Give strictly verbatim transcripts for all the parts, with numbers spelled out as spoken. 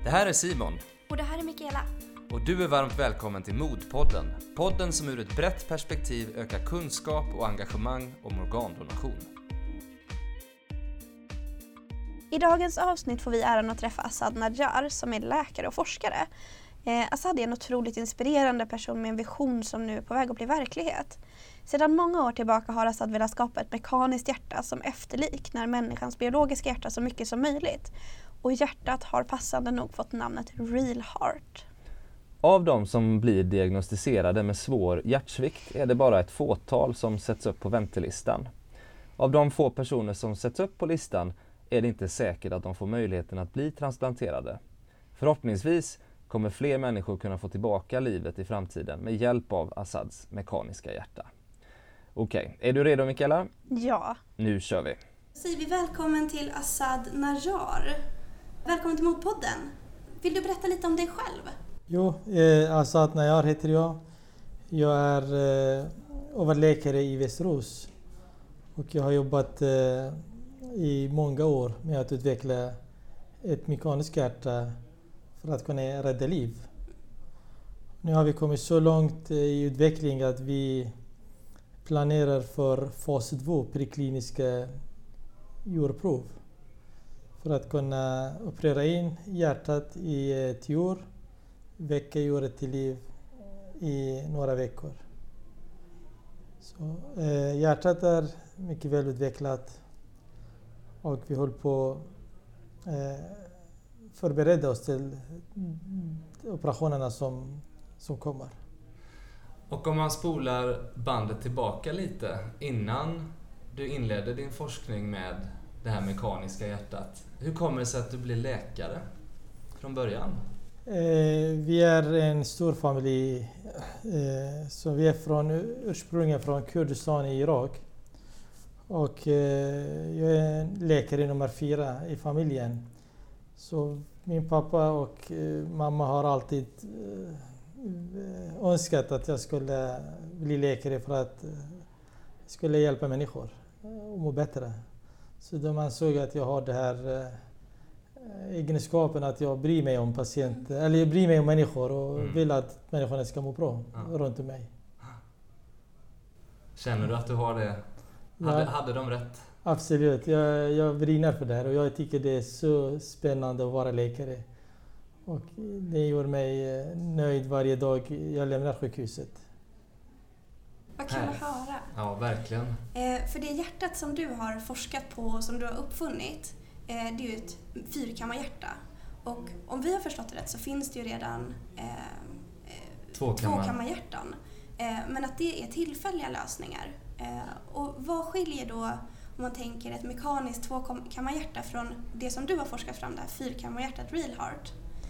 Det här är Simon. Och det här är Mikaela. Och du är varmt välkommen till Modpodden. Podden som ur ett brett perspektiv ökar kunskap och engagemang om organdonation. I dagens avsnitt får vi äran att träffa Asad Najjar som är läkare och forskare. Eh, Asad är en otroligt inspirerande person med en vision som nu är på väg att bli verklighet. Sedan många år tillbaka har Asad velat skapa ett mekaniskt hjärta som efterliknar människans biologiska hjärta så mycket som möjligt. Och hjärtat har passande nog fått namnet Real Heart. Av de som blir diagnostiserade med svår hjärtsvikt är det bara ett fåtal som sätts upp på väntelistan. Av de få personer som sätts upp på listan är det inte säkert att de får möjligheten att bli transplanterade. Förhoppningsvis kommer fler människor kunna få tillbaka livet i framtiden med hjälp av Asads mekaniska hjärta. Okej, är du redo Mikaela? Ja. Nu kör vi. Säger vi välkommen till Asad Najjar. Välkommen till Modpodden. Vill du berätta lite om dig själv? Jo, eh, Asad Najjar heter jag. Jag är eh, överläkare i Västerås. Och jag har jobbat eh, i många år med att utveckla ett mekaniskt hjärta för att kunna rädda liv. Nu har vi kommit så långt i utveckling att vi planerar för fas två prekliniska djurprov för att kunna operera in hjärtat i ett djur, väcka djuret till liv i några veckor. Så, eh, hjärtat är mycket väl utvecklat och vi håller på att eh, förbereda oss till operationerna som, som kommer. Och om man spolar bandet tillbaka lite innan du inledde din forskning med det här mekaniska hjärtat. Hur kommer det sig att du blir läkare från början? Eh, vi är en stor familj. Eh, så vi är från, ursprungligen från Kurdistan i Irak. Och eh, jag är läkare nummer fyra i familjen. Så min pappa och eh, mamma har alltid eh, önskat att jag skulle bli läkare för att eh, skulle hjälpa människor att må bättre. Så de ansåg att jag har det här eh, egenskapen att jag bryr mig om patienter, eller jag bryr mig om människor och mm. vill att människorna ska må bra ja. runt om mig. Känner du att du har det? Hade, ja. hade de rätt? Absolut, jag, jag brinner för det här och jag tycker det är så spännande att vara läkare. Och det gör mig nöjd varje dag jag lämnar sjukhuset. Vad kul att höra. Ja, verkligen. Eh, för det hjärtat som du har forskat på och som du har uppfunnit, eh, det är ju ett fyrkammarhjärta. Och om vi har förstått det rätt så finns det ju redan eh, Tvåkammar. tvåkammarhjärtan. Eh, men att det är tillfälliga lösningar. Eh, och vad skiljer då, om man tänker ett mekaniskt tvåkammarhjärta från det som du har forskat fram, det här fyrkammarhjärtat Real Heart?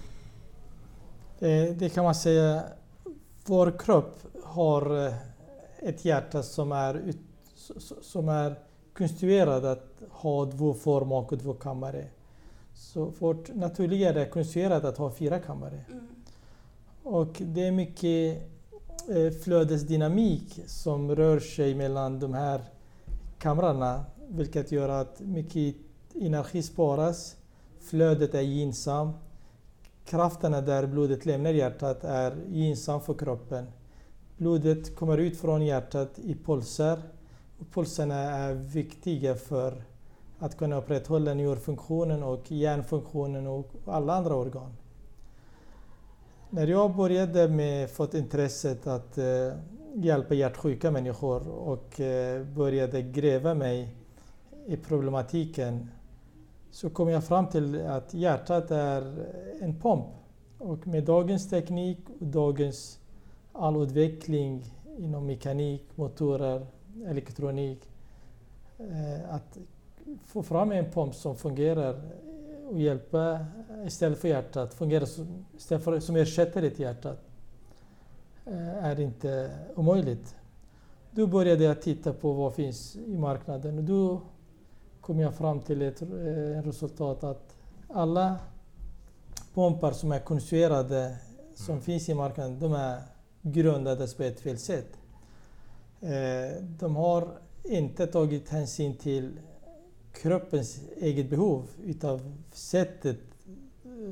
Det, det kan man säga, vår kropp har ett hjärta som är, ut, som är konstruerat att ha två former och två kammare. Så vårt naturliga är konstruerat att ha fyra kammare. Mm. Och det är mycket eh, flödesdynamik som rör sig mellan de här kamrarna, vilket gör att mycket energi sparas, flödet är gynnsamt, krafterna där blodet lämnar hjärtat är gynnsamt för kroppen. Blodet kommer ut från hjärtat i pulser och pulserna är viktiga för att kunna upprätthålla njurfunktionen och hjärnfunktionen och alla andra organ. När jag började med fått intresset att eh, hjälpa hjärtsjuka människor och eh, började gräva mig i problematiken så kom jag fram till att hjärtat är en pump. Och med dagens teknik och dagens all utveckling inom mekanik, motorer, elektronik, eh, att få fram en pump som fungerar och hjälpa istället för hjärtat, fungerar som, istället för, som ersätter ett hjärtat, eh, är inte omöjligt. Då började jag titta på vad finns i marknaden och då kom jag fram till ett eh, resultat att alla pumpar som är konstruerade som finns i marknaden, de är grundade på ett fel sätt. Eh, de har inte tagit hänsyn till kroppens eget behov utav sättet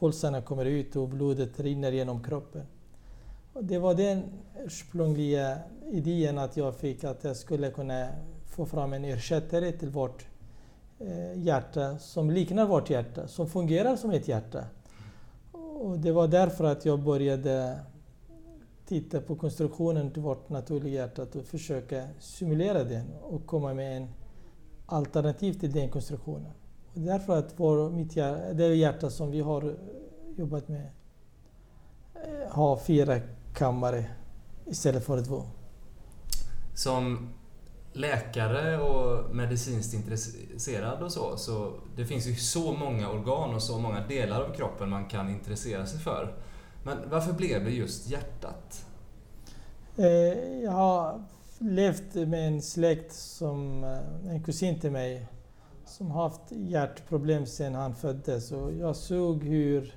pulsarna kommer ut och blodet rinner genom kroppen. Och det var den ursprungliga idén att jag fick, att jag skulle kunna få fram en ersättare till vårt eh, hjärta som liknar vårt hjärta, som fungerar som ett hjärta. Och det var därför att jag började titta på konstruktionen till vårt naturliga hjärta och försöka simulera den och komma med en alternativ till den konstruktionen. Och därför att vår, mitt hjärta, det hjärta som vi har jobbat med har fyra kammare istället för två. Som läkare och medicinskt intresserad och så, så det finns ju så många organ och så många delar av kroppen man kan intressera sig för. Men varför blev det just hjärtat? Jag har levt med en släkt, som en kusin till mig, som har haft hjärtproblem sedan han föddes. Och jag såg hur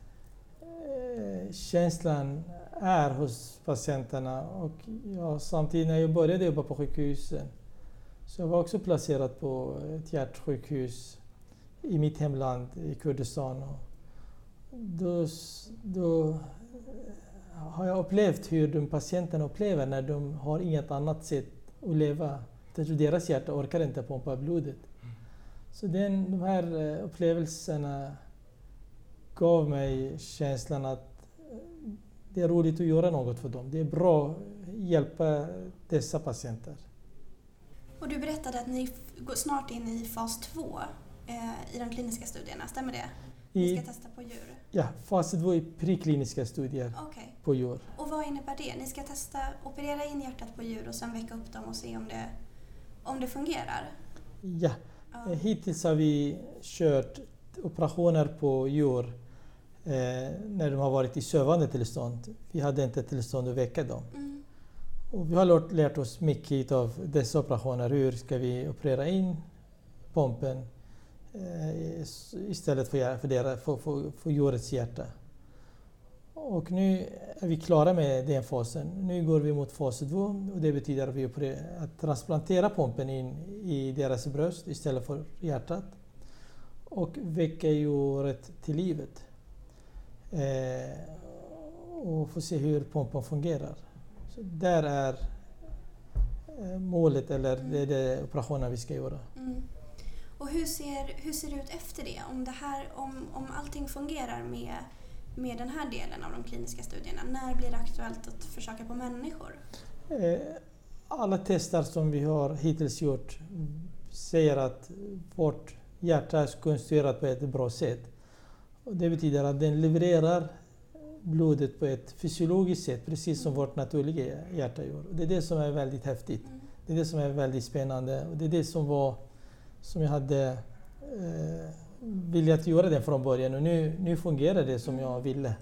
känslan är hos patienterna. Och jag, samtidigt när jag började jobba på sjukhusen, så jag var också placerad på ett hjärtsjukhus i mitt hemland i Kurdistan. Och då, då har jag upplevt hur de patienterna upplever när de har inget annat sätt att leva. Deras hjärta orkar inte pumpa blodet. Så den, de här upplevelserna gav mig känslan att det är roligt att göra något för dem. Det är bra att hjälpa dessa patienter. Och du berättade att ni går snart in i fas två eh, i de kliniska studierna, stämmer det? Ni ska testa på djur? Ja, fas två är prekliniska studier okay. på djur. Och vad innebär det? Ni ska testa, operera in hjärtat på djur och sen väcka upp dem och se om det, om det fungerar? Ja, ja. Hittills har vi kört operationer på djur eh, när de har varit i sövande tillstånd. Vi hade inte tillstånd att väcka dem. Mm. Och vi har lärt, lärt oss mycket av dessa operationer. Hur ska vi operera in pumpen istället för, för, deras, för, för, för djurets hjärta. Och nu är vi klara med den fasen. Nu går vi mot fas två och det betyder att vi opererar, att transplantera pumpen in i deras bröst istället för hjärtat och väcka djuret till livet. Eh, och få se hur pumpen fungerar. Så där är målet, eller det är det operationen vi ska göra. Mm. Och hur ser, hur ser det ut efter det? Om, det här, om, om allting fungerar med, med den här delen av de kliniska studierna, när blir det aktuellt att försöka på människor? Alla tester som vi har hittills gjort säger att vårt hjärta är konstruerat på ett bra sätt. Och det betyder att den levererar blodet på ett fysiologiskt sätt, precis som vårt naturliga hjärta gör. Och det är det som är väldigt häftigt. Det är det som är väldigt spännande. Och det är det som var som jag hade eh, velat göra det från början, och nu, nu fungerar det som jag ville.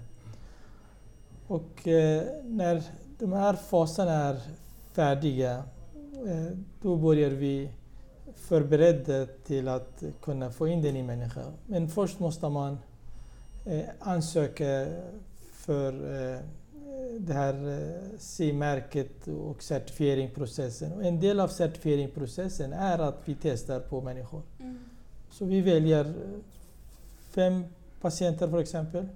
Och eh, när de här faserna är färdiga, eh, då börjar vi förbereda till att kunna få in den i människan. Men först måste man eh, ansöka för eh, det här eh, C E-märket och certifieringsprocessen. Och en del av certifieringsprocessen är att vi testar på människor. Mm. Så vi väljer fem patienter för exempel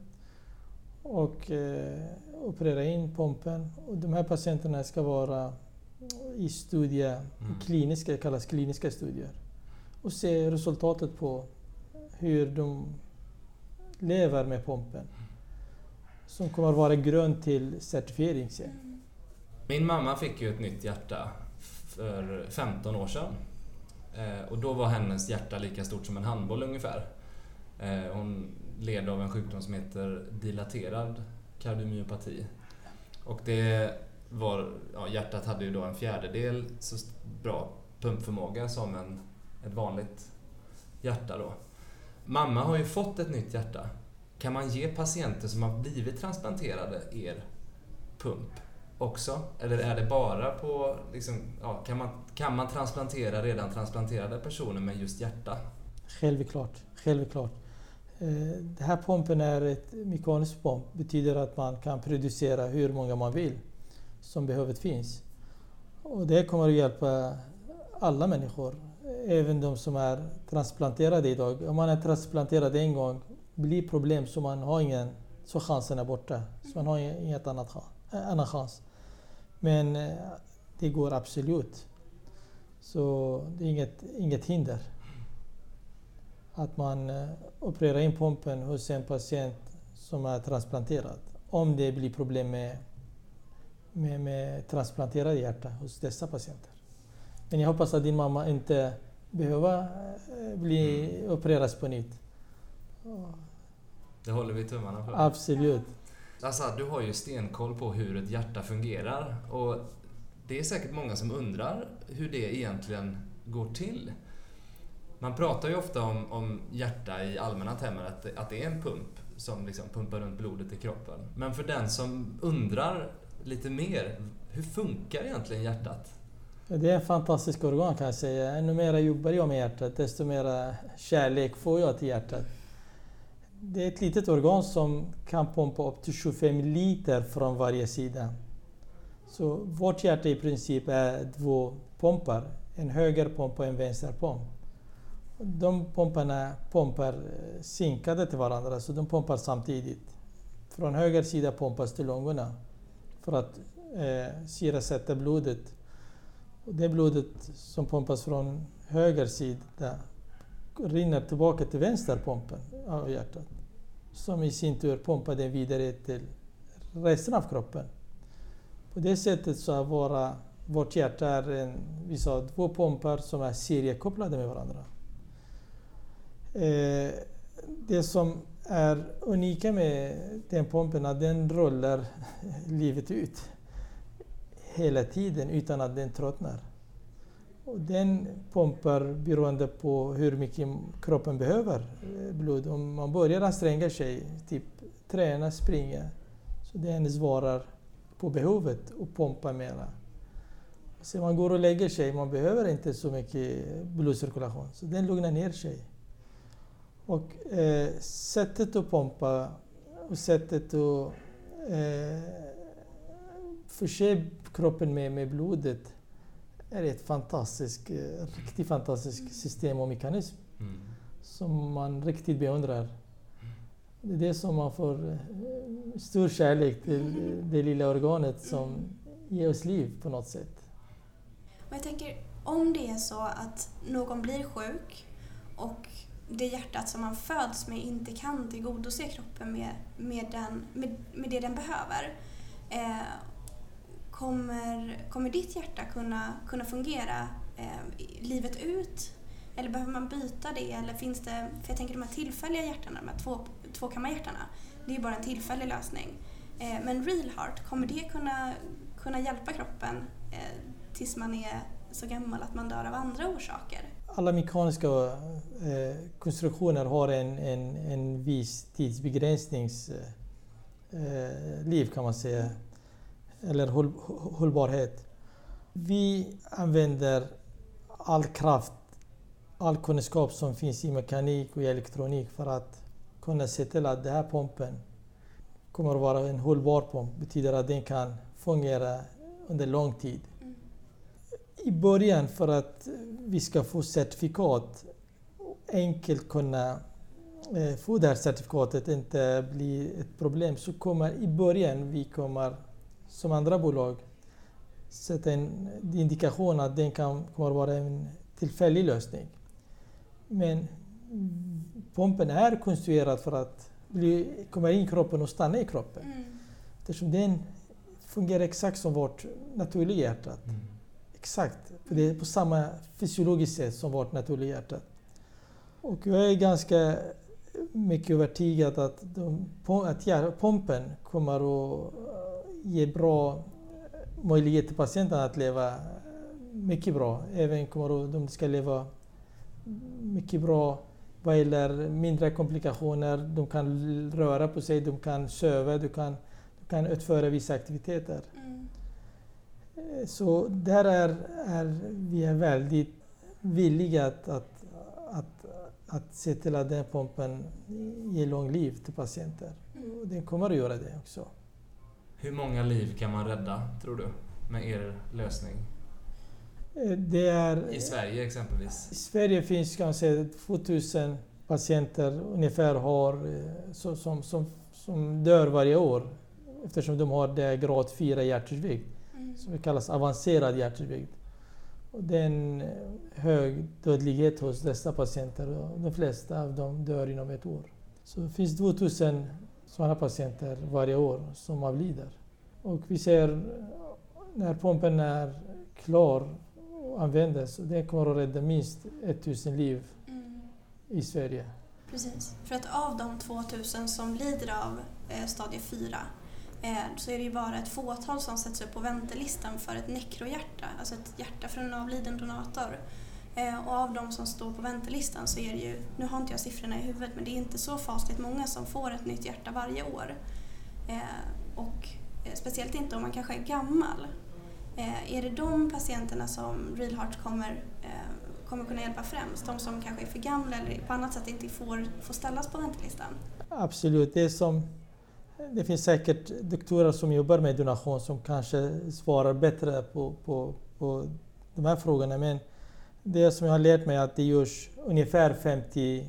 och eh, opererar in pumpen. Och de här patienterna ska vara i studier, mm. kliniska, det kallas kliniska studier. Och se resultatet på hur de lever med pumpen. Som kommer att vara grund till certifiering. Mm. Min mamma fick ju ett nytt hjärta för femton år sedan. Eh, och då var hennes hjärta lika stort som en handboll ungefär. Eh, hon led av en sjukdom som heter dilaterad kardiomyopati. Och det var, ja, hjärtat hade ju då en fjärdedel så bra pumpförmåga som en, ett vanligt hjärta då. Mamma har ju fått ett nytt hjärta. Kan man ge patienter som har blivit transplanterade er pump också? Eller är det bara på, liksom, ja, kan, man, kan man transplantera redan transplanterade personer med just hjärta? Självklart, självklart. Det här pumpen är ett mekanisk pump. Det betyder att man kan producera hur många man vill som behovet finns. Och det kommer att hjälpa alla människor, även de som är transplanterade idag. Om man är transplanterad en gång blir problem så man har ingen, så chansen är borta. Så man har inget annat annan chans. Men det går absolut. Så det är inget, inget hinder att man opererar in pumpen hos en patient som är transplanterad. Om det blir problem med, med, med transplanterade hjärta hos dessa patienter. Men jag hoppas att din mamma inte behöver bli mm. opereras på nytt. Det håller vi tummarna för. Absolut. Alltså, du har ju stenkoll på hur ett hjärta fungerar. Och det är säkert många som undrar hur det egentligen går till. Man pratar ju ofta om, om hjärta i allmänna termer, att, att det är en pump som liksom pumpar runt blodet i kroppen. Men för den som undrar lite mer, hur funkar egentligen hjärtat? Det är en fantastisk organ kan jag säga. Ännu mer jobbar jag med hjärtat, desto mer kärlek får jag till hjärtat. Det är ett litet organ som kan pumpa upp till tjugofem liter från varje sida. Så vårt hjärta i princip är två pumpar, en högerpump och en vänsterpump. De pumparna pumpar synkade till varandra, så de pumpar samtidigt. Från höger sida pumpas till lungorna för att eh, syresätta blodet. Och det blodet som pumpas från höger sida rinner tillbaka till vänsterpumpen av hjärtat, som i sin tur pumpar den vidare till resten av kroppen. På det sättet så är våra, vårt hjärta är en, vi sa, två pumpar som är seriekopplade med varandra. Eh, det som är unika med den pumpen är att den rullar livet ut hela tiden utan att den tröttnar. Och den pumpar beroende på hur mycket kroppen behöver blod. Om man börjar anstränga sig, typ träna, springa, så den svarar på behovet och pumpar mera. Så man går och lägger sig, man behöver inte så mycket blodcirkulation, så den lugnar ner sig. Och eh, sättet att pumpa och sättet att eh, förse kroppen med, med blodet är ett fantastiskt, riktigt fantastiskt system och mekanism mm. som man riktigt beundrar. Det är det som man får stor kärlek till det lilla organet som ger oss liv på något sätt. Och jag tänker, om det är så att någon blir sjuk och det hjärtat som man föds med inte kan tillgodose kroppen med, med, den, med, med det den behöver, eh, kommer, kommer ditt hjärta kunna, kunna fungera eh, livet ut? Eller behöver man byta det? Eller finns det, för jag tänker de här tillfälliga hjärtarna, de här två, tvåkammarhjärtarna, det är ju bara en tillfällig lösning. Eh, men Real Heart, kommer det kunna, kunna hjälpa kroppen eh, tills man är så gammal att man dör av andra orsaker? Alla mekaniska eh, konstruktioner har en, en, en viss tidsbegränsnings eh, liv kan man säga, eller håll, hållbarhet. Vi använder all kraft, all kunskap som finns i mekanik och elektronik för att kunna se till att den här pumpen kommer att vara en hållbar pump. Det betyder att den kan fungera under lång tid. Mm. I början, för att vi ska få certifikat, enkelt kunna eh, få det här certifikatet, inte bli ett problem, så kommer i början vi kommer som andra bolag sätta en indikation att den kan, kommer att vara en tillfällig lösning. Men pumpen är konstruerad för att bli, komma in i kroppen och stanna i kroppen. Mm. Eftersom den fungerar exakt som vårt naturliga hjärta. Mm. Exakt. För det är på samma fysiologiskt sätt som vårt naturliga hjärta. Och jag är ganska mycket övertygad att, de, att pumpen kommer att ge bra möjlighet till patienten att leva mycket bra. Även kommer att, de ska leva mycket bra vad gäller mindre komplikationer. De kan röra på sig, de kan söva, de kan, de kan utföra vissa aktiviteter. Mm. Så där är, är vi är väldigt villiga att, att, att, att se till att den pumpen ger lång liv till patienter. Mm. Och den kommer att göra det också. Hur många liv kan man rädda, tror du, med er lösning? Det är, I Sverige exempelvis? I Sverige finns kanske tvåtusen patienter ungefär har, så, som, som, som dör varje år eftersom de har det grad fyra hjärtsvikt mm. som kallas avancerad hjärtsvikt. Och det är en hög dödlighet hos dessa patienter och de flesta av dem dör inom ett år. Så det finns tvåtusen sådana patienter varje år som avlider. Och vi ser när pumpen är klar och användes, det kommer att rädda minst tusen liv mm. i Sverige. Precis, för att av de tvåtusen som lider av eh, stadie fyra eh, så är det ju bara ett fåtal som sätts upp på väntelistan för ett nekrohjärta, alltså ett hjärta från en avliden donator. Eh, och av de som står på väntelistan så är det ju, nu har inte jag siffrorna i huvudet, men det är inte så fasligt många som får ett nytt hjärta varje år. Eh, och eh, speciellt inte om man kanske är gammal. Eh, är det de patienterna som Real Heart kommer, eh, kommer kunna hjälpa främst? De som kanske är för gamla eller på annat sätt inte får, får ställas på väntelistan? Absolut. Det, är som, det finns säkert doktorer som jobbar med donation som kanske svarar bättre på, på, på de här frågorna. Men det som jag har lärt mig är att det görs ungefär femtio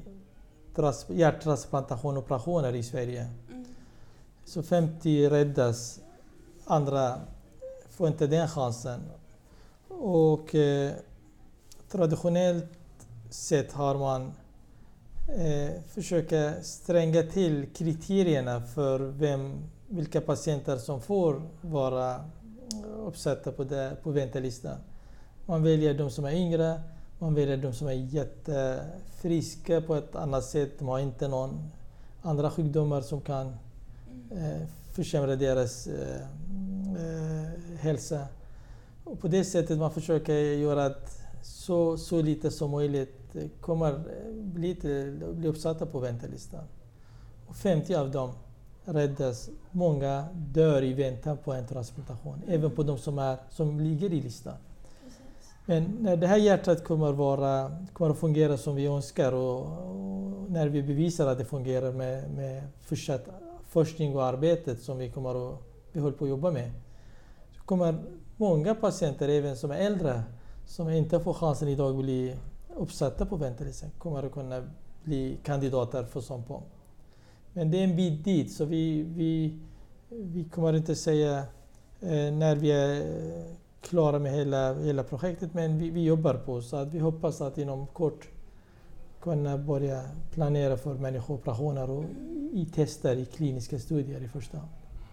hjärttransplantationoperationer i Sverige. Mm. Så femtio räddas, andra får inte den chansen. Och eh, traditionellt sett har man eh, försökt stränga till kriterierna för vem, vilka patienter som får vara uppsatta på, det, på väntelistan. Man väljer de som är yngre, man väljer de som är jättefriska på ett annat sätt. De har inte någon andra sjukdomar som kan eh, försämra deras eh, eh, hälsa. Och på det sättet man försöker göra att så, så lite som möjligt kommer bli, bli uppsatta på väntelistan. Och femtio av dem räddas. Många dör i väntan på en transplantation, även på de som, är, som ligger i listan. Men när det här hjärtat kommer, vara, kommer att fungera som vi önskar och, och när vi bevisar att det fungerar med, med fortsatt forskning och arbetet som vi kommer att, vi håller på att jobba med, så kommer många patienter, även som är äldre, som inte får chansen idag att bli uppsatta på väntelistan, kommer att kunna bli kandidater för sån pump. Men det är en bit dit, så vi, vi, vi kommer inte säga eh, när vi är klara med hela, hela projektet, men vi, vi jobbar på, så att vi hoppas att inom kort kunna börja planera för människooperationer och i tester i kliniska studier i första hand.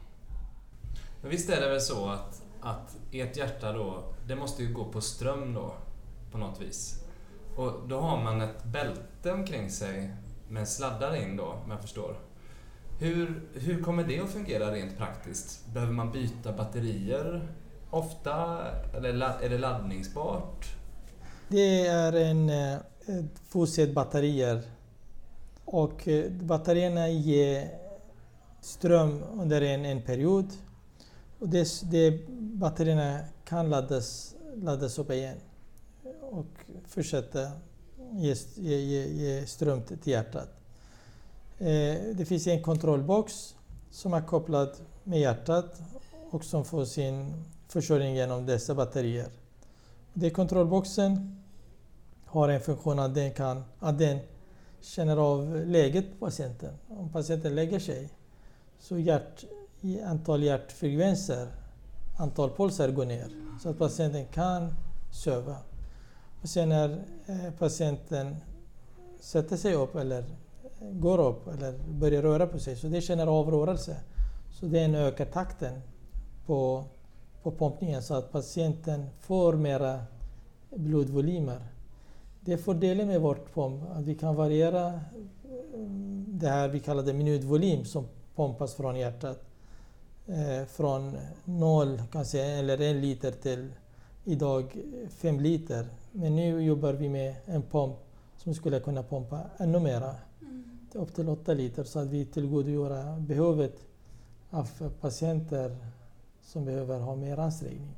Men visst är det väl så att, att ert hjärta då, det måste ju gå på ström då på något vis. Och då har man ett bälte omkring sig med sladdar in då, om jag förstår. Hur, hur kommer det att fungera rent praktiskt? Behöver man byta batterier ofta? Eller är det laddningsbart? Det är en eh, tvåset batterier. Och eh, batterierna ger ström under en, en period. Och det, det, batterierna kan laddas, laddas upp igen och fortsätta ge, ge, ge, ge ström till hjärtat. Eh, det finns en kontrollbox som är kopplad med hjärtat och som får sin försörjning genom dessa batterier. Den kontrollboxen har en funktion att den, kan, att den känner av läget på patienten. Om patienten lägger sig så hjärt, antal hjärtfrekvenser, antal pulser går ner så att patienten kan söva. Och sen när patienten sätter sig upp eller går upp eller börjar röra på sig, så det känner av rörelse. Så den ökar takten på, på pumpningen så att patienten får mera blodvolymer. Det är fördelen med vårt pump att vi kan variera det här vi kallar det minutvolym som pumpas från hjärtat. Eh, från noll kan säga, eller en liter till idag fem liter. Men nu jobbar vi med en pump som skulle kunna pumpa ännu mera. Mm. Upp till åtta liter, så att vi tillgodogör behovet av patienter som behöver ha mer ansträngning.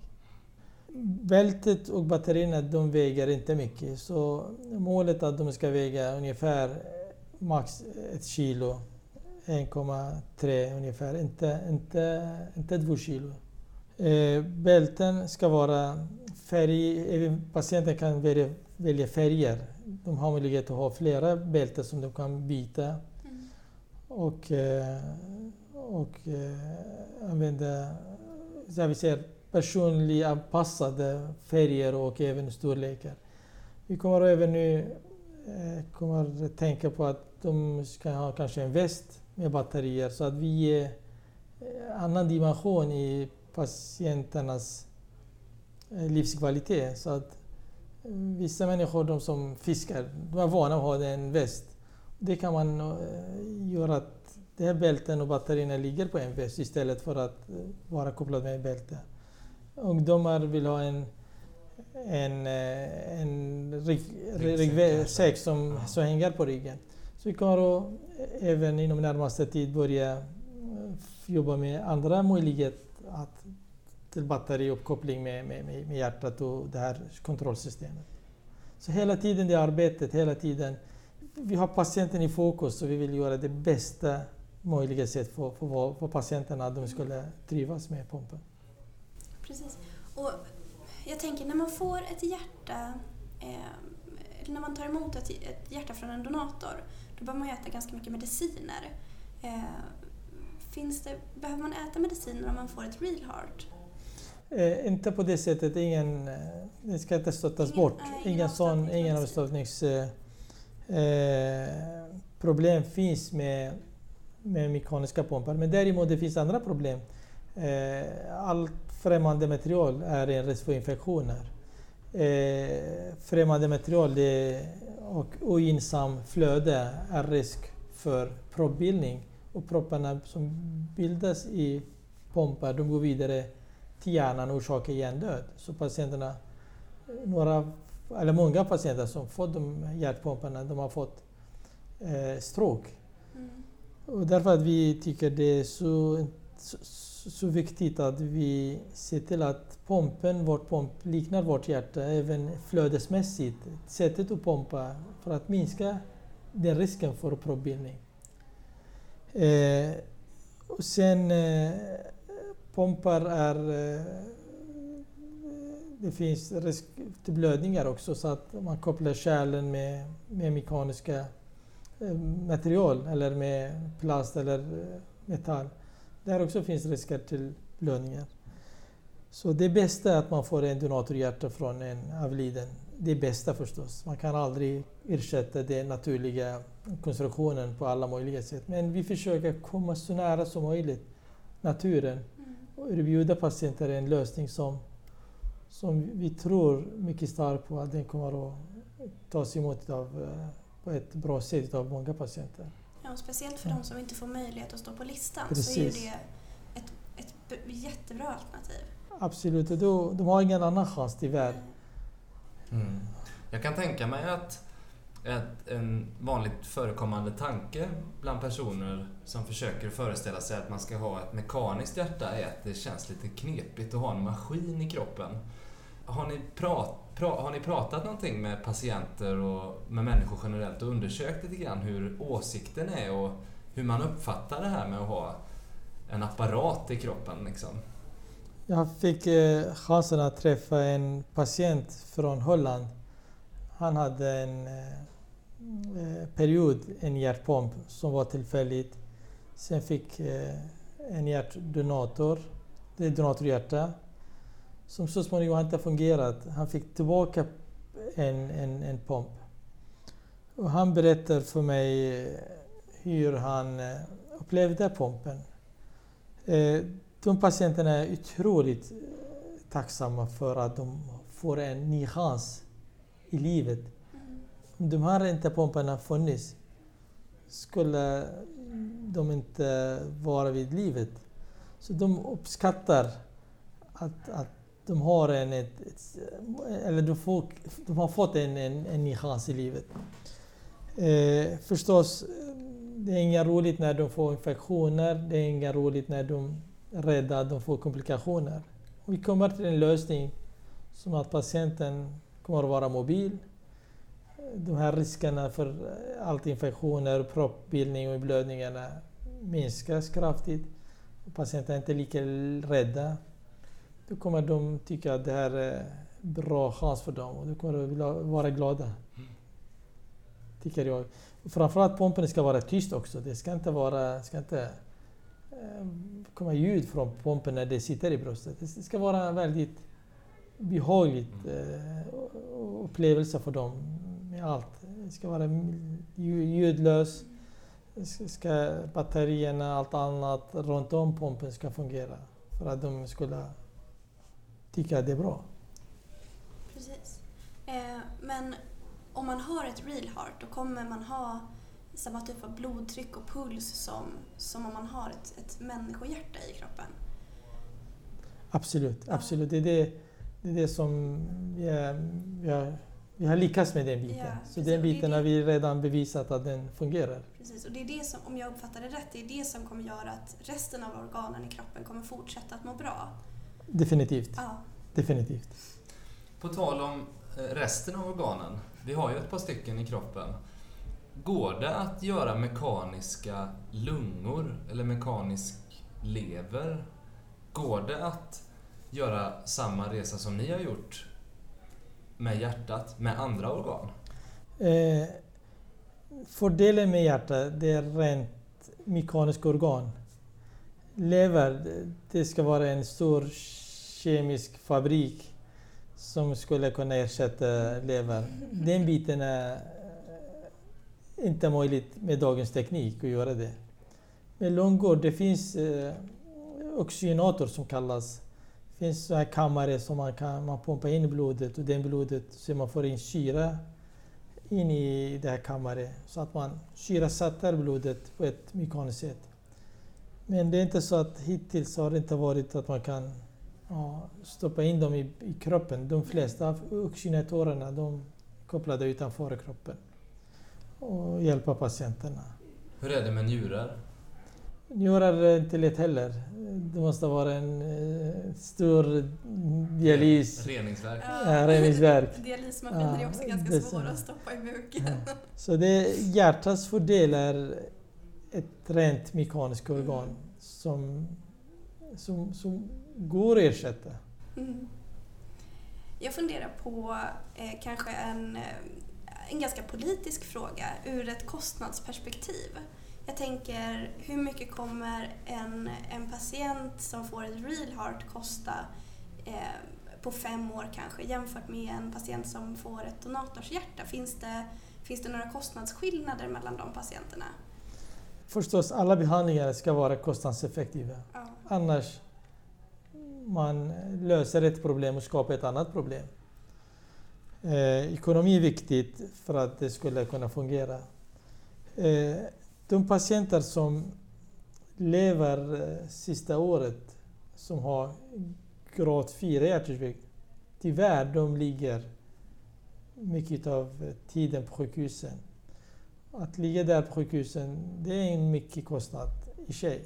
Bältet och batterierna, de väger inte mycket, så målet är att de ska väga ungefär max ett kilo, en komma tre ungefär, inte, inte, inte två kilo. Eh, bälten ska vara färg, även patienten kan välja, välja färger. De har möjlighet att ha flera bälten som de kan byta. Mm. Och, eh, och eh, använda så vi ser, personligt anpassade färger och även storlekar. Vi kommer även nu eh, kommer tänka på att de ska ha kanske en väst med batterier så att vi ger eh, annan dimension i patienternas eh, livskvalitet. Så att eh, vissa människor, de som fiskar, de är vana att ha en väst. Det kan man eh, göra att det här bälten och batterierna ligger på en väst istället för att eh, vara kopplad med en bälte. Ungdomar vill ha en en, en ryggsäck som, ja. som hänger på ryggen. Så vi kommer att även inom närmaste tid börja jobba med andra möjligheter att till batteriuppkoppling med, med, med hjärtat och det här kontrollsystemet. Så hela tiden det arbetet, hela tiden, vi har patienten i fokus och vi vill göra det bästa möjliga sätt för, för, för patienterna att de skulle trivas med pumpen. Precis. Och jag tänker när man får ett hjärta, eh, när man tar emot ett, ett hjärta från en donator, då behöver man äta ganska mycket mediciner. Eh, finns det, behöver man äta mediciner om man får ett real heart? Eh, inte på det sättet, ingen, det ska inte stöttas ingen, bort. Äh, ingen ingen sån, ingen avstötningsproblem eh, eh, finns med, med mekaniska pumpar. Men däremot det finns andra problem. Eh, allt främmande material är en risk för infektioner. Eh, främmande material det, och ogynnsam flöde är risk för proppbildning. Och propparna som bildas i pumpar, de går vidare till hjärnan och orsakar hjärndöd. Så patienterna, några, eller många patienter som fått de hjärtpumparna, de har fått eh, stroke. Mm. Och därför att vi tycker det är så, så, så viktigt att vi ser till att pumpen, vårt pump liknar vårt hjärta, även flödesmässigt. Sättet att pumpa för att minska den risken för proppbildning. Eh, och sen eh, pumpar är, eh, det finns risk till blödningar också, så att man kopplar kärlen med, med mekaniska eh, material eller med plast eller eh, metall. Där också finns risker till blödningar. Så det bästa är att man får en donatorhjärta från en avliden. Det är bästa förstås. Man kan aldrig ersätta den naturliga konstruktionen på alla möjliga sätt. Men vi försöker komma så nära som möjligt naturen och erbjuda patienter en lösning som, som vi tror mycket starkt på att den kommer att tas emot av, på ett bra sätt av många patienter. Ja, och speciellt för ja. de som inte får möjlighet att stå på listan. Precis. Så är det ett, ett jättebra alternativ. Absolut, och då, de har ingen annan chans tyvärr. Mm. Jag kan tänka mig att ett, en vanligt förekommande tanke bland personer som försöker föreställa sig att man ska ha ett mekaniskt hjärta är att det känns lite knepigt att ha en maskin i kroppen. Har ni, prat, pra, har ni pratat någonting med patienter och med människor generellt och undersökt lite grann hur åsikten är och hur man uppfattar det här med att ha en apparat i kroppen liksom? Jag fick eh, chansen att träffa en patient från Holland. Han hade en eh, period, en hjärtpump som var tillfälligt. Sen fick eh, en hjärtdonator, det är donatorhjärta, som så småningom inte fungerat. Han fick tillbaka en, en, en pump. Och han berättar för mig hur han eh, upplevde pumpen. Eh, De patienterna är otroligt tacksamma för att de får en ny chans i livet. Om de här inte pumparna funnits skulle de inte vara vid livet. Så de uppskattar att, att de har en ett, ett, eller de, får, de har fått en, en, en ny chans i livet. Eh, förstås, det är inga roligt när de får infektioner, det är inga roligt när de rädda att de får komplikationer. Vi kommer till en lösning som att patienten kommer att vara mobil. De här riskerna för allt infektioner, proppbildning och blödningarna minskas kraftigt. Patienten är inte lika rädda. då kommer de tycka att det här är bra chans för dem och då kommer de vara glada. Mm. Tycker jag. Och framförallt pumpen ska vara tyst också. Det ska inte vara, ska inte eh, komma ljud från pumpen när det sitter i bröstet. Det ska vara väldigt behagligt eh, upplevelse för dem med allt. Det ska vara ljudlös. Ska batterierna, allt annat runt om pumpen ska fungera för att de skulle tycka att det är bra. Precis. Eh, men om man har ett real heart då kommer man ha samma typ av blodtryck och puls som, som om man har ett, ett människohjärta i kroppen? Absolut, ja. absolut. Det är det, det är det som vi, är, vi, har, vi har lyckats med den biten. Ja, så den biten har vi redan bevisat att den fungerar. Precis, och det är det som, om jag uppfattar det rätt, det är det som kommer göra att resten av organen i kroppen kommer fortsätta att må bra. Definitivt. Ja. Definitivt. På tal om resten av organen, vi har ju ett par stycken i kroppen. Går det att göra mekaniska lungor eller mekanisk lever? Går det att göra samma resa som ni har gjort med hjärtat, med andra organ? Eh, fördelen med hjärtat, det är rent mekaniska organ. Lever, det ska vara en stor kemisk fabrik som skulle kunna ersätta lever. Den biten är inte möjligt med dagens teknik att göra det. Med lungor, det finns eh, oxygenator som kallas. Det finns så här kammare som man kan man pumpar in i blodet och den blodet så man får in syra in i det här kammare så att man syrasätter blodet på ett mekaniskt sätt. Men det är inte så att hittills har det inte varit att man kan ja, stoppa in dem i, i kroppen. De flesta av oxygenatorerna de kopplade utanför kroppen och hjälpa patienterna. Hur är det med njurar? Njurar är inte lätt heller. Det måste vara en eh, stor dialys. Reningsverk. Ja, reningsverk. Dialysmaskiner är också ganska svåra att stoppa i buken. Ja. Så det, hjärtats fördel är ett rent mekaniskt organ mm. som, som, som går att ersätta. Mm. Jag funderar på eh, kanske en, en ganska politisk fråga ur ett kostnadsperspektiv. Jag tänker, hur mycket kommer en, en patient som får ett real heart kosta eh, på fem år kanske jämfört med en patient som får ett donatorshjärta? Finns det, finns det några kostnadsskillnader mellan de patienterna? Förstås, alla behandlingar ska vara kostnadseffektiva. Ja. Annars man löser ett problem och skapar ett annat problem. Eh, ekonomi är viktigt för att det skulle kunna fungera. Eh, de patienter som lever eh, sista året som har grad fyra hjärtinfarkt, tyvärr de ligger mycket av tiden på sjukhusen. Att ligga där på sjukhusen, det är en mycket kostnad i sig.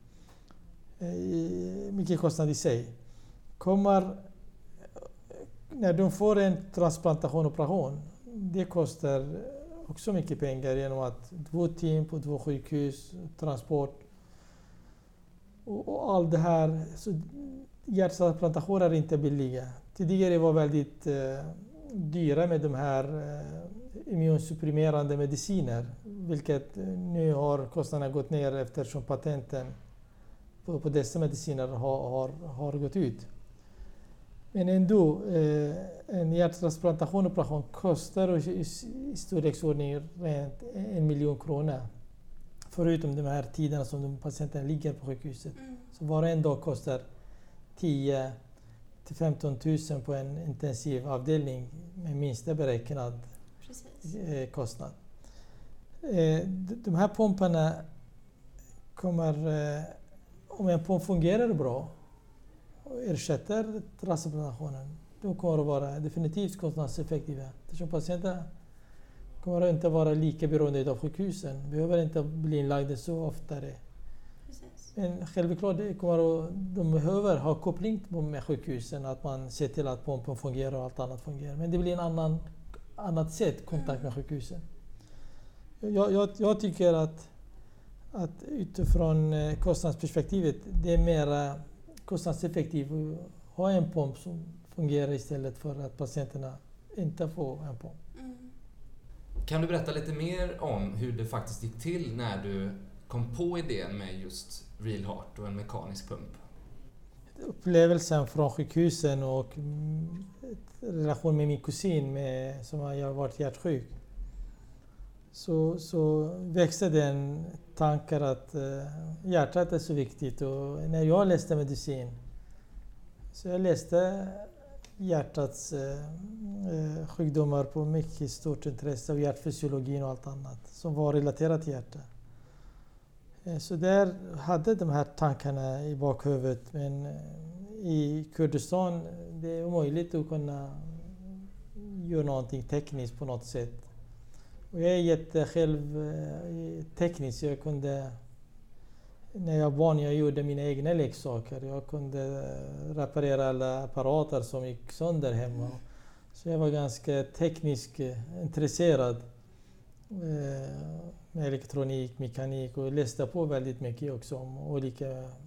Mycket kostnad i sig. Kommer, när de får en transplantationoperation, det kostar också mycket pengar genom att två team på två sjukhus, transport och, och allt det här. Så hjärttransplantationer är inte billiga. Tidigare var väldigt eh, dyra med de här eh, immunsupprimerande mediciner, vilket nu har kostnaderna gått ner eftersom patenten på, på dessa mediciner har, har, har gått ut. Men ändå, eh, en hjärttransplantationoperation kostar i, i storleksordning rent en miljon kronor. Förutom de här tiderna som de patienterna ligger på sjukhuset. Mm. Så var en dag kostar tio till femton tusen på en intensiv avdelning med minsta beräknad eh, kostnad. Eh, de här pumparna kommer, eh, om en pump fungerar bra och ersätter transplantationen, då kommer det vara definitivt kostnadseffektiva. Eftersom patienterna kommer inte vara lika beroende av sjukhusen, behöver inte bli inlagda så oftare. Precis. Men självklart det kommer att, de behöver ha koppling med sjukhusen, att man ser till att pumpen fungerar och allt annat fungerar. Men det blir en annan annat sätt kontakt med sjukhusen. Jag, jag, jag tycker att, att utifrån kostnadsperspektivet, det är mer kostnadseffektivt att ha en pump som fungerar istället för att patienterna inte får en pump. Mm. Kan du berätta lite mer om hur det faktiskt gick till när du kom på idén med just Real Heart och en mekanisk pump? Upplevelsen från sjukhusen och relation med min kusin med, som har varit hjärtsjuk. Så, så växte den tankar att uh, hjärtat är så viktigt. Och när jag läste medicin så jag läste hjärtats uh, sjukdomar på mycket stort intresse av hjärtfysiologin och allt annat som var relaterat till hjärtat. Uh, så där hade de här tankarna i bakhuvudet, men uh, i Kurdistan det är omöjligt att kunna göra någonting tekniskt på något sätt. Och jag är jätte själv eh, teknisk. Jag kunde, när jag var barn, jag gjorde mina egna leksaker. Jag kunde reparera alla apparater som gick sönder hemma. Så jag var ganska tekniskt intresserad eh, med elektronik, mekanik och läste på väldigt mycket också om olika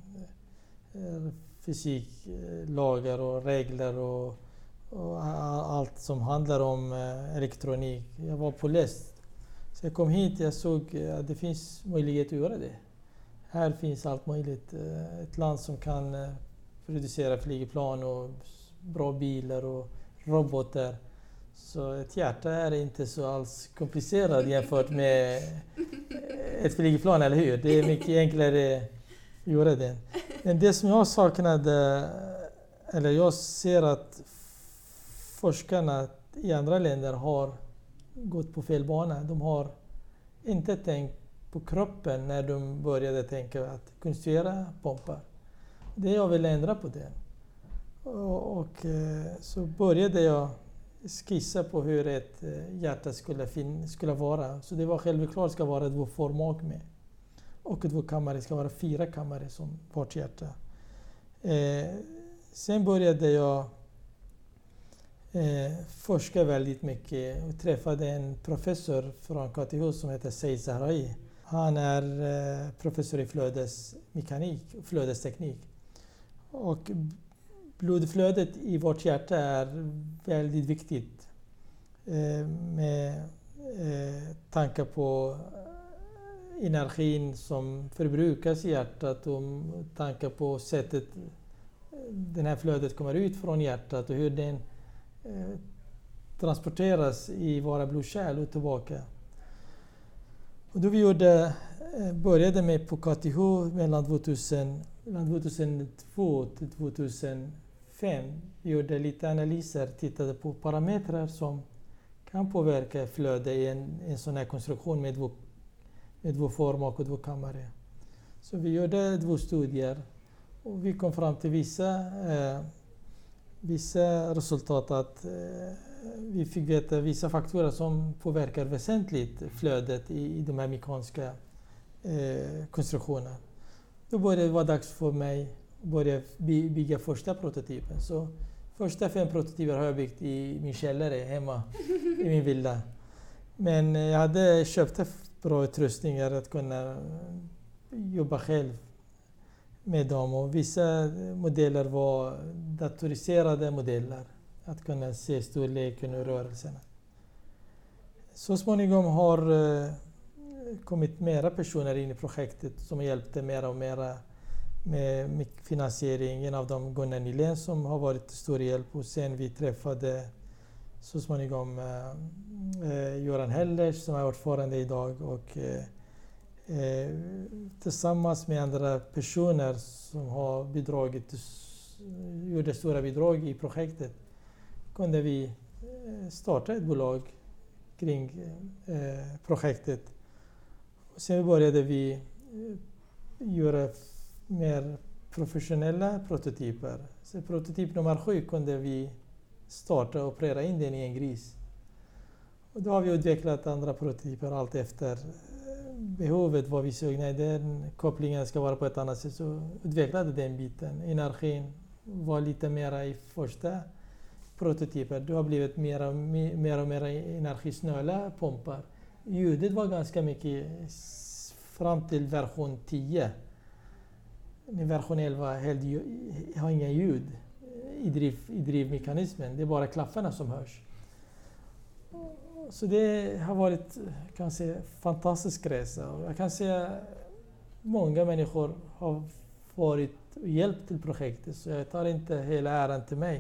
eh, fysiklagar och regler och, och allt som handlar om eh, elektronik. Jag var påläst. Så jag kom hit och jag såg att det finns möjlighet att göra det. Här finns allt möjligt. Ett land som kan producera flygplan och bra bilar och robotar. Så ett hjärta är inte så alls komplicerat jämfört med ett flygplan, eller hur? Det är mycket enklare att göra det. Men det som jag saknade, eller jag ser att forskarna i andra länder har gått på fel bana. De har inte tänkt på kroppen när de började tänka att konstruera pumpar. Det jag ville ändra på det. Och, och så började jag skissa på hur ett hjärta skulle, fin- skulle vara. Så det var självklart ska vara två formak med. Och två kammare ska vara fyra kammare som vårt hjärta. Eh, sen började jag Eh, forskar väldigt mycket och träffade en professor från K T H som heter Said Zahrai. Han är eh, professor i flödesmekanik och flödesteknik. Och blodflödet i vårt hjärta är väldigt viktigt eh, med eh, tankar på energin som förbrukas i hjärtat och tankar på sättet det här flödet kommer ut från hjärtat och hur den transporteras i våra blodkärl och tillbaka. Och då vi gjorde, började med på K T H mellan tvåtusen, mellan tvåtusentvå till tvåtusenfem. Vi gjorde lite analyser, tittade på parametrar som kan påverka flödet i en, en sån här konstruktion med två, med två formak och två kammare. Så vi gjorde två studier och vi kom fram till vissa eh, Vissa resultat att eh, vi fick veta vissa faktorer som påverkar väsentligt flödet i, i de här mekaniska eh, konstruktionerna. Då började det vara dags för mig att börja by, bygga första prototypen. Så första fem prototyper har jag byggt i min källare hemma i min villa. Men jag hade köpt bra utrustningar att kunna jobba själv med dem och vissa modeller var datoriserade modeller att kunna se storleken och rörelserna. Så småningom har uh, kommit mera personer in i projektet som hjälpte mera och mera med, med finansiering. En av dem Gunnar Nylén som har varit till stor hjälp och sen vi träffade så småningom uh, uh, Göran Hellers som är ordförande idag och uh, Eh, tillsammans med andra personer som har bidragit, gjorde stora bidrag i projektet, kunde vi starta ett bolag kring eh, projektet. Och sen började vi eh, göra mer professionella prototyper. Så prototyp nummer sju kunde vi starta och operera in den i en gris. Och då har vi utvecklat andra prototyper allt efter behovet, vad vi såg, när den kopplingen ska vara på ett annat sätt, så utvecklade den biten. Energin var lite mer i första prototypen. Det har blivit mer och mer, och mer energisnöla pumpar. Ljudet var ganska mycket fram till version tio. Version elva har inga ljud i, driv, i drivmekanismen. Det är bara klaffarna som hörs. Så det har varit, kan jag säga, fantastisk resa. Och jag kan säga många människor har varit hjälp till projektet, så jag tar inte hela äran till mig.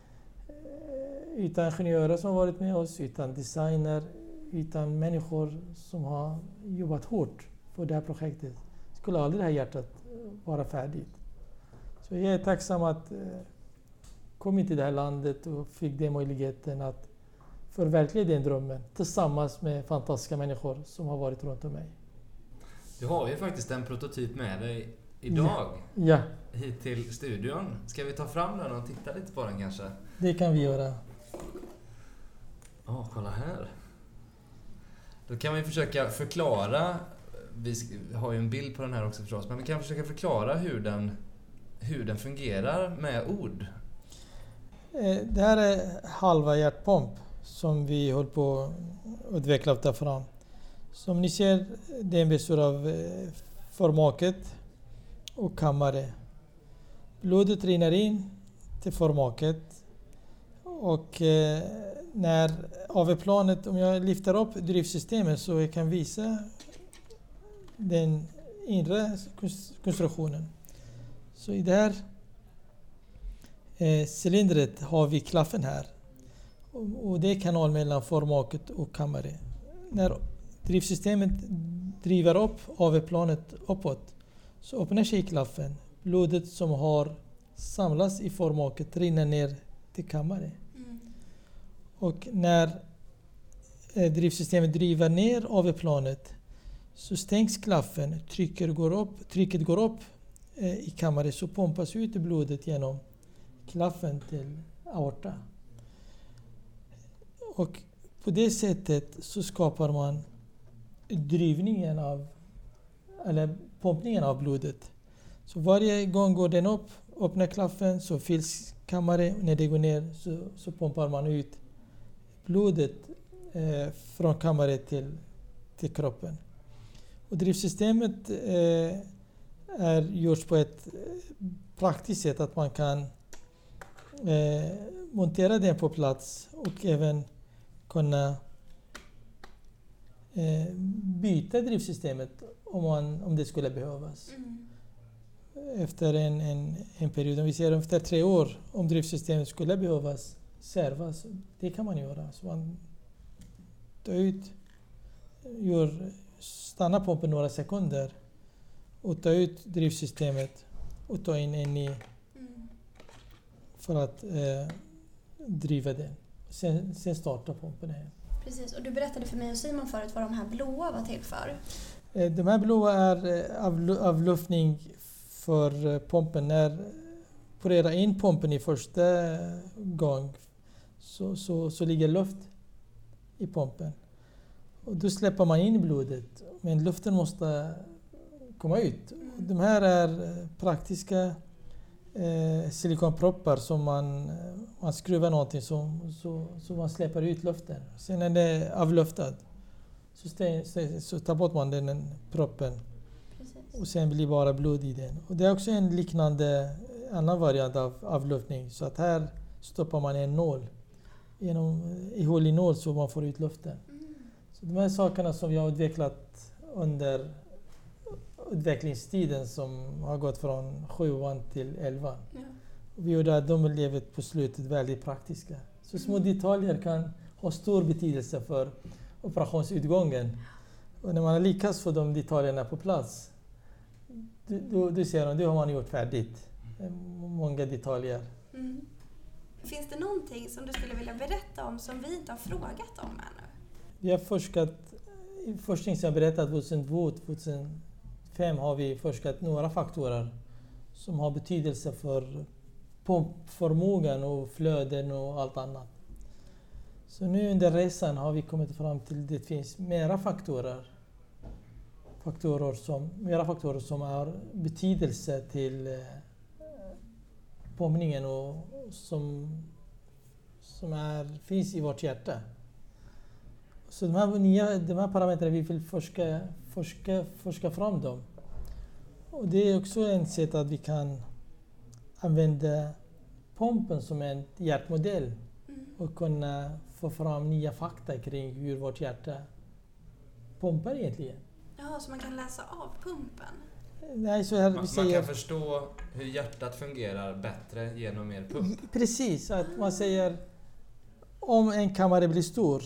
Utan ingenjörer som har varit med oss, utan designer, utan människor som har jobbat hårt på det här projektet skulle aldrig det här hjärtat vara färdigt. Så jag är tacksam att eh, komma till det här landet och fick den möjligheten att förverkliga den drömmen tillsammans med fantastiska människor som har varit runt om mig. Du har ju faktiskt en prototyp med dig idag. Ja. Ja. Hit till studion. Ska vi ta fram den och titta lite på den kanske? Det kan vi göra. Ja, oh, kolla här. Då kan vi försöka förklara, vi har ju en bild på den här också förstås, men vi kan försöka förklara hur den, hur den fungerar med ord. Det här är halva hjärtpump som vi håller på att utveckla och ta fram. Som ni ser, den består av förmaket och kammare. Blodet rinner in till förmaket och eh, när A V-planet, om jag lyfter upp drivsystemet så jag kan visa den inre konstruktionen. Så i det här eh, cylindret har vi klaffen här. Och, och det är kanal mellan förmaket och kammare. När drivsystemet driver upp A V-planet uppåt så öppnar sig klaffen. Blodet som har samlats i förmaket rinner ner till kammare. Mm. Och när eh, drivsystemet driver ner A V-planet så stängs klaffen, trycket går upp, trycket går upp eh, i kammare, så pumpas ut blodet genom klaffen till aorta. Och på det sättet så skapar man drivningen av, eller pumpningen av blodet. Så varje gång går den upp, öppnar klaffen så fylls kammare, när det går ner så, så pumpar man ut blodet eh, från kammare till, till kroppen. Och drivsystemet eh, är gjort på ett praktiskt sätt att man kan eh, montera den på plats och även kunna eh, byta drivsystemet om, man, om det skulle behövas. Mm. Efter en, en, en period, om vi ser efter tre år, om drivsystemet skulle behövas servas, det kan man göra. Så man tar ut, gör, stannar pumpen några sekunder och tar ut drivsystemet och tar in en ny mm. för att eh, driva den. Sen, sen startar pumpen igen. Precis, och du berättade för mig och Simon förut vad de här blåa var till för. Eh, de här blåa är av, avluftning för pumpen. När purerar in pumpen i första gång så, så, så ligger luft i pumpen. Och då släpper man in blodet, men luften måste komma ut. Och de här är praktiska eh, silikonproppar som man, man skruvar någonting som, så, så man släpper ut luften. Sen när det är avluftad så, stä, så tar bort man den proppen. Precis. Och sen blir bara blod i den. Och det är också en liknande annan variant av avluftning. Så att här stoppar man en nål genom i hål i nål så man får ut luften. Mm. Så de här sakerna som vi har utvecklat under utvecklingstiden som har gått från sjuan till elvan. Ja. Och vi gjorde att de livet på slutet väldigt praktiska. Så små detaljer kan ha stor betydelse för operationsutgången. Och när man har lyckats få de detaljerna på plats, då, då ser man, då har man gjort färdigt. Många detaljer. Mm. Finns det någonting som du skulle vilja berätta om som vi inte har frågat om ännu? Vi har forskat, i forskning som jag berättat tjugohundratvå till tjugohundrafem har vi forskat några faktorer som har betydelse för pumpförmågan och flöden och allt annat. Så nu under resan har vi kommit fram till att det finns mera faktorer, faktorer som, mera faktorer som har betydelse till eh, pumpningen och som, som är, finns i vårt hjärta. Så de här, nya, de här parametrarna vi vill forska, forska, forska fram dem. Och det är också ett sätt att vi kan använda pumpen som en hjärtmodell Mm. och kunna få fram nya fakta kring hur vårt hjärta pumpar egentligen. Ja, så man kan läsa av pumpen. Nej, så här Man, vi säger, man kan förstå hur hjärtat fungerar bättre genom er pump. precis, att man säger om en kammare blir stor,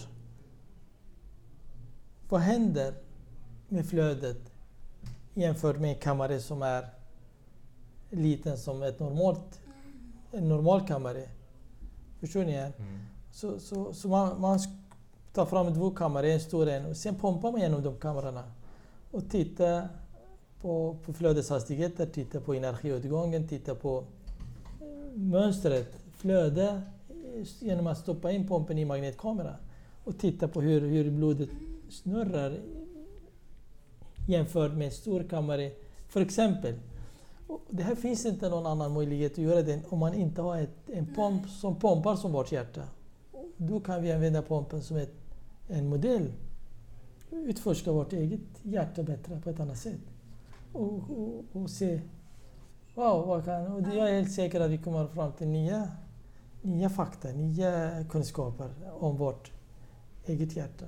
vad händer med flödet jämfört med en kammare som är liten som ett normalt, en normal kammare? Förstår ni? Mm. Så, så, så man, man tar fram två kammare, en stor en, och sen pumpar man genom de kamrarna och tittar på, på flödeshastigheter, tittar på energiåtgången, tittar på mönstret, flöde genom att stoppa in pumpen i magnetkamera och titta på hur, hur blodet snurrar jämfört med en stor kammare, för exempel. Och det här finns inte någon annan möjlighet att göra det om man inte har ett, en pump som pumpar som vårt hjärta. Då kan vi använda pumpen som ett, en modell. Utforska vårt eget hjärta bättre på ett annat sätt. Och, och, och se, wow, vad kan, och jag är helt säker att vi kommer fram till nya, nya fakta, nya kunskaper om vårt eget hjärta.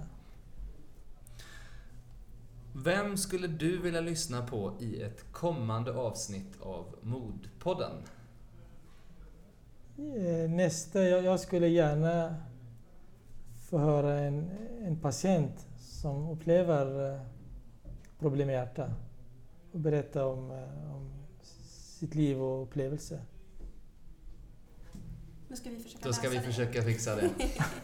Vem skulle du vilja lyssna på i ett kommande avsnitt av Modpodden? Eh, Nästa, jag, jag skulle gärna få höra en, en patient som upplever eh, problem med hjärta och berätta om, eh, om sitt liv och upplevelse. Då ska vi försöka Då ska vi lösa det. försöka fixa det.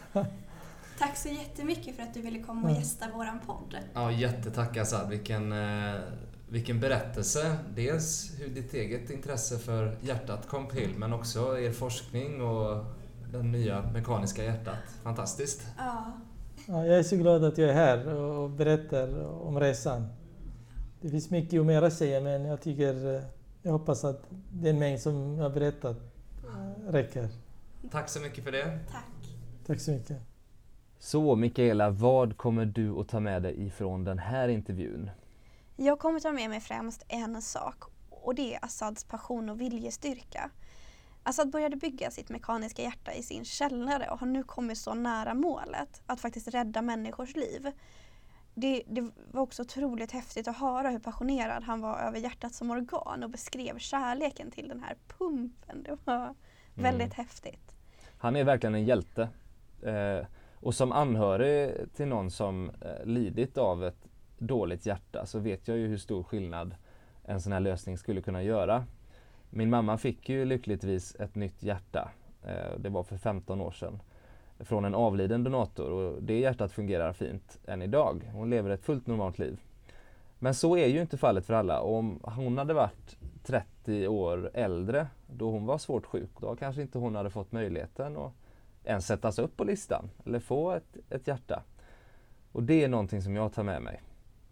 Tack så jättemycket för att du ville komma och Mm. gästa våran podd. Ja, jättetack Asad. Vilken, eh, vilken berättelse. Dels hur ditt eget intresse för hjärtat kom till, men också er forskning och den nya mekaniska hjärtat. Fantastiskt. Ja. Ja, jag är så glad att jag är här och berättar om resan. Det finns mycket mer att säga, men jag tycker, eh, jag hoppas att den mängd som jag har berättat eh, räcker. Tack så mycket för det. Tack. Tack så mycket. Så Mikaela, vad kommer du att ta med dig ifrån den här intervjun? Jag kommer ta med mig främst en sak, och det är Asads passion och viljestyrka. Asad började bygga sitt mekaniska hjärta i sin källare och har nu kommit så nära målet att faktiskt rädda människors liv. Det, det var också otroligt häftigt att höra hur passionerad han var över hjärtat som organ och beskrev kärleken till den här pumpen. Det var väldigt häftigt. Han är verkligen en hjälte. Eh, och som anhörig till någon som eh, lidit av ett dåligt hjärta så vet jag ju hur stor skillnad en sån här lösning skulle kunna göra. Min mamma fick ju lyckligtvis ett nytt hjärta. Eh, det var för femton år sedan. Från en avliden donator, och det hjärtat fungerar fint än idag. Hon lever ett fullt normalt liv. Men så är ju inte fallet för alla. Om hon hade varit trettio år äldre då hon var svårt sjuk, då kanske inte hon hade fått möjligheten att ens sättas upp på listan eller få ett, ett hjärta. Och det är någonting som jag tar med mig.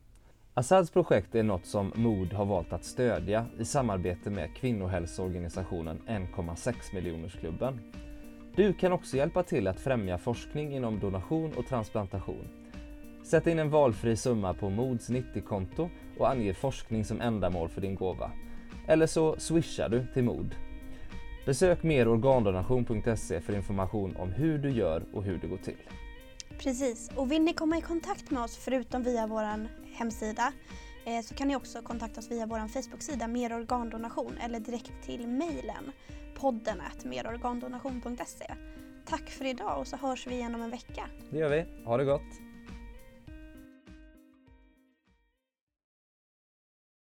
Asads projekt är något som Mod har valt att stödja i samarbete med kvinnohälsoorganisationen en komma sex miljonersklubben. Du kan också hjälpa till att främja forskning inom donation och transplantation. Sätt in en valfri summa på Mods nittio-konto och ange forskning som ändamål för din gåva. Eller så swishar du till Mod. Besök mer organdonation punkt se för information om hur du gör och hur det går till. Precis, och vill ni komma i kontakt med oss förutom via vår hemsida eh, så kan ni också kontakta oss via vår Facebook-sida Mer organdonation eller direkt till mejlen podden at mer organdonation punkt se. Tack för idag och så hörs vi igen om en vecka. Det gör vi. Ha det gott!